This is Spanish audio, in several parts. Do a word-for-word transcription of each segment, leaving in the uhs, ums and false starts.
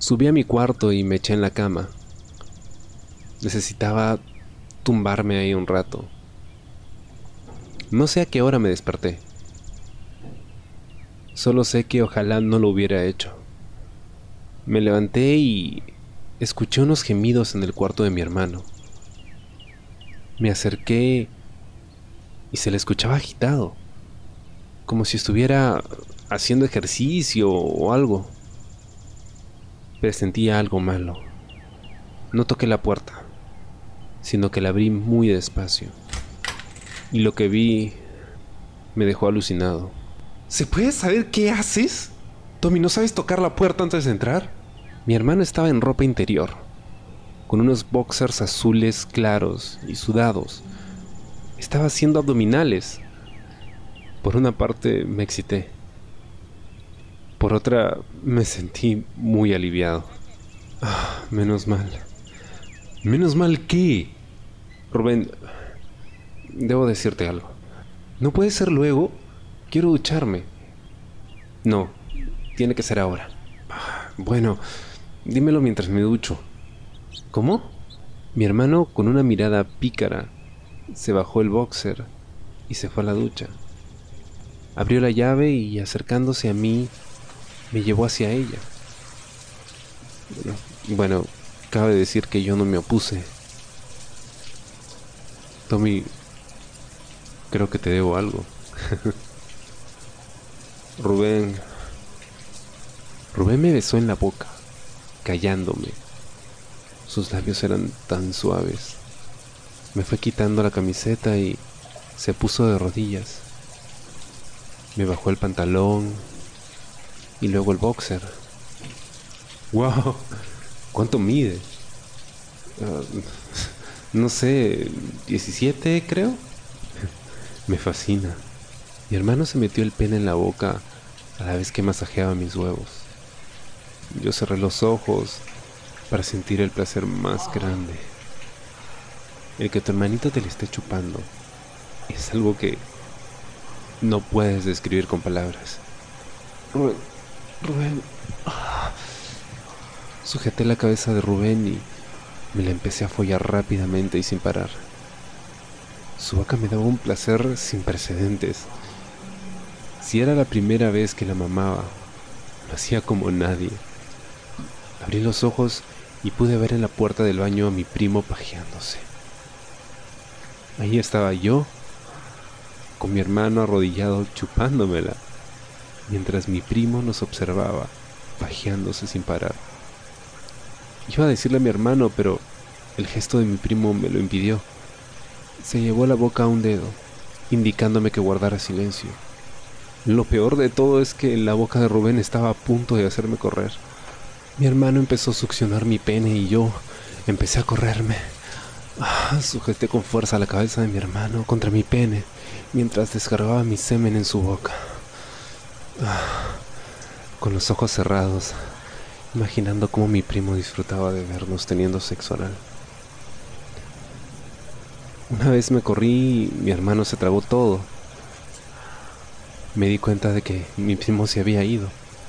Subí a mi cuarto y me eché en la cama. Necesitaba tumbarme ahí un rato. No sé a qué hora me desperté. Solo sé que ojalá no lo hubiera hecho. Me levanté y escuché unos gemidos en el cuarto de mi hermano. Me acerqué y se le escuchaba agitado, como si estuviera haciendo ejercicio o algo. Presentía algo malo. No toqué la puerta, sino que la abrí muy despacio. Y lo que vi me dejó alucinado. ¿Se puede saber qué haces? Tommy, ¿no sabes tocar la puerta antes de entrar? Mi hermano estaba en ropa interior, con unos boxers azules claros y sudados. Estaba haciendo abdominales. Por una parte me excité. Por otra me sentí muy aliviado. Ah, menos mal. ¿Menos mal qué? Rubén, debo decirte algo. ¿No puede ser luego? Quiero ducharme. No, tiene que ser ahora. Bueno, dímelo mientras me ducho. ¿Cómo? Mi hermano, con una mirada pícara, se bajó el boxer y se fue a la ducha. Abrió la llave y, acercándose a mí, me llevó hacia ella. Bueno, bueno, cabe decir que yo no me opuse. Tommy, creo que te debo algo. Rubén... Rubén me besó en la boca, callándome. Sus labios eran tan suaves. Me fue quitando la camiseta y se puso de rodillas. Me bajó el pantalón y luego el boxer. ¡Wow! ¿Cuánto mide? Uh, no sé, diecisiete creo. Me fascina. Mi hermano se metió el pene en la boca a la vez que masajeaba mis huevos. Yo cerré los ojos para sentir el placer más grande. El que tu hermanito te le esté chupando es algo que no puedes describir con palabras. Rubén, Rubén. Ah. Sujeté la cabeza de Rubén y me la empecé a follar rápidamente y sin parar. Su boca me daba un placer sin precedentes. Si era la primera vez que la mamaba, lo hacía como nadie. Abrí los ojos y pude ver en la puerta del baño a mi primo pajeándose. Ahí estaba yo, con mi hermano arrodillado chupándomela, mientras mi primo nos observaba, pajeándose sin parar. Iba a decirle a mi hermano, pero el gesto de mi primo me lo impidió. Se llevó la boca a un dedo, indicándome que guardara silencio. Lo peor de todo es que la boca de Rubén estaba a punto de hacerme correr. Mi hermano empezó a succionar mi pene y yo empecé a correrme. Ah, sujeté con fuerza la cabeza de mi hermano contra mi pene mientras descargaba mi semen en su boca. Ah, con los ojos cerrados, imaginando cómo mi primo disfrutaba de vernos teniendo sexo oral. Una vez me corrí y mi hermano se tragó todo. Me di cuenta de que mi primo se había ido.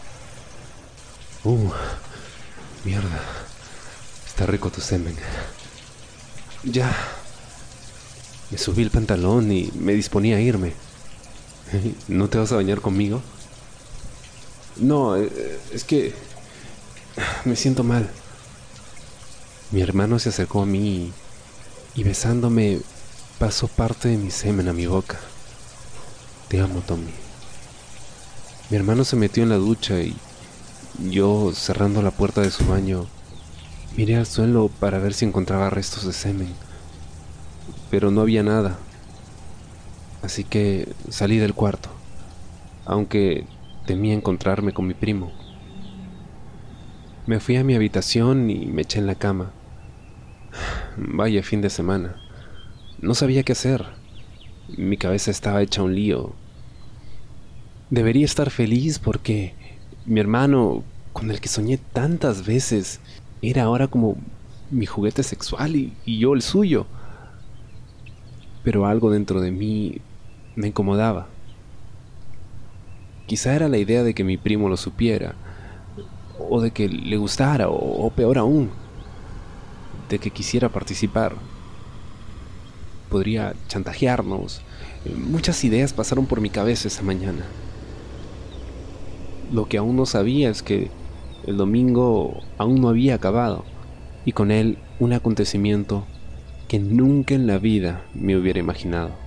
Uh, mierda. Está rico tu semen. Ya. Me subí el pantalón y me disponía a irme. ¿No te vas a bañar conmigo? No, es que me siento mal. Mi hermano se acercó a mí y besándome pasó parte de mi semen a mi boca. Te amo, Tommy. Mi hermano se metió en la ducha y yo, cerrando la puerta de su baño, miré al suelo para ver si encontraba restos de semen, pero no había nada. Así que salí del cuarto, aunque temía encontrarme con mi primo. Me fui a mi habitación y me eché en la cama. Vaya fin de semana. No sabía qué hacer. Mi cabeza estaba hecha un lío. Debería estar feliz porque mi hermano, con el que soñé tantas veces, era ahora como mi juguete sexual y, y yo el suyo. Pero algo dentro de mí me incomodaba. Quizá era la idea de que mi primo lo supiera, o de que le gustara, o, o peor aún, de que quisiera participar. Podría chantajearnos. Muchas ideas pasaron por mi cabeza esa mañana. Lo que aún no sabía es que el domingo aún no había acabado, y con él un acontecimiento que nunca en la vida me hubiera imaginado.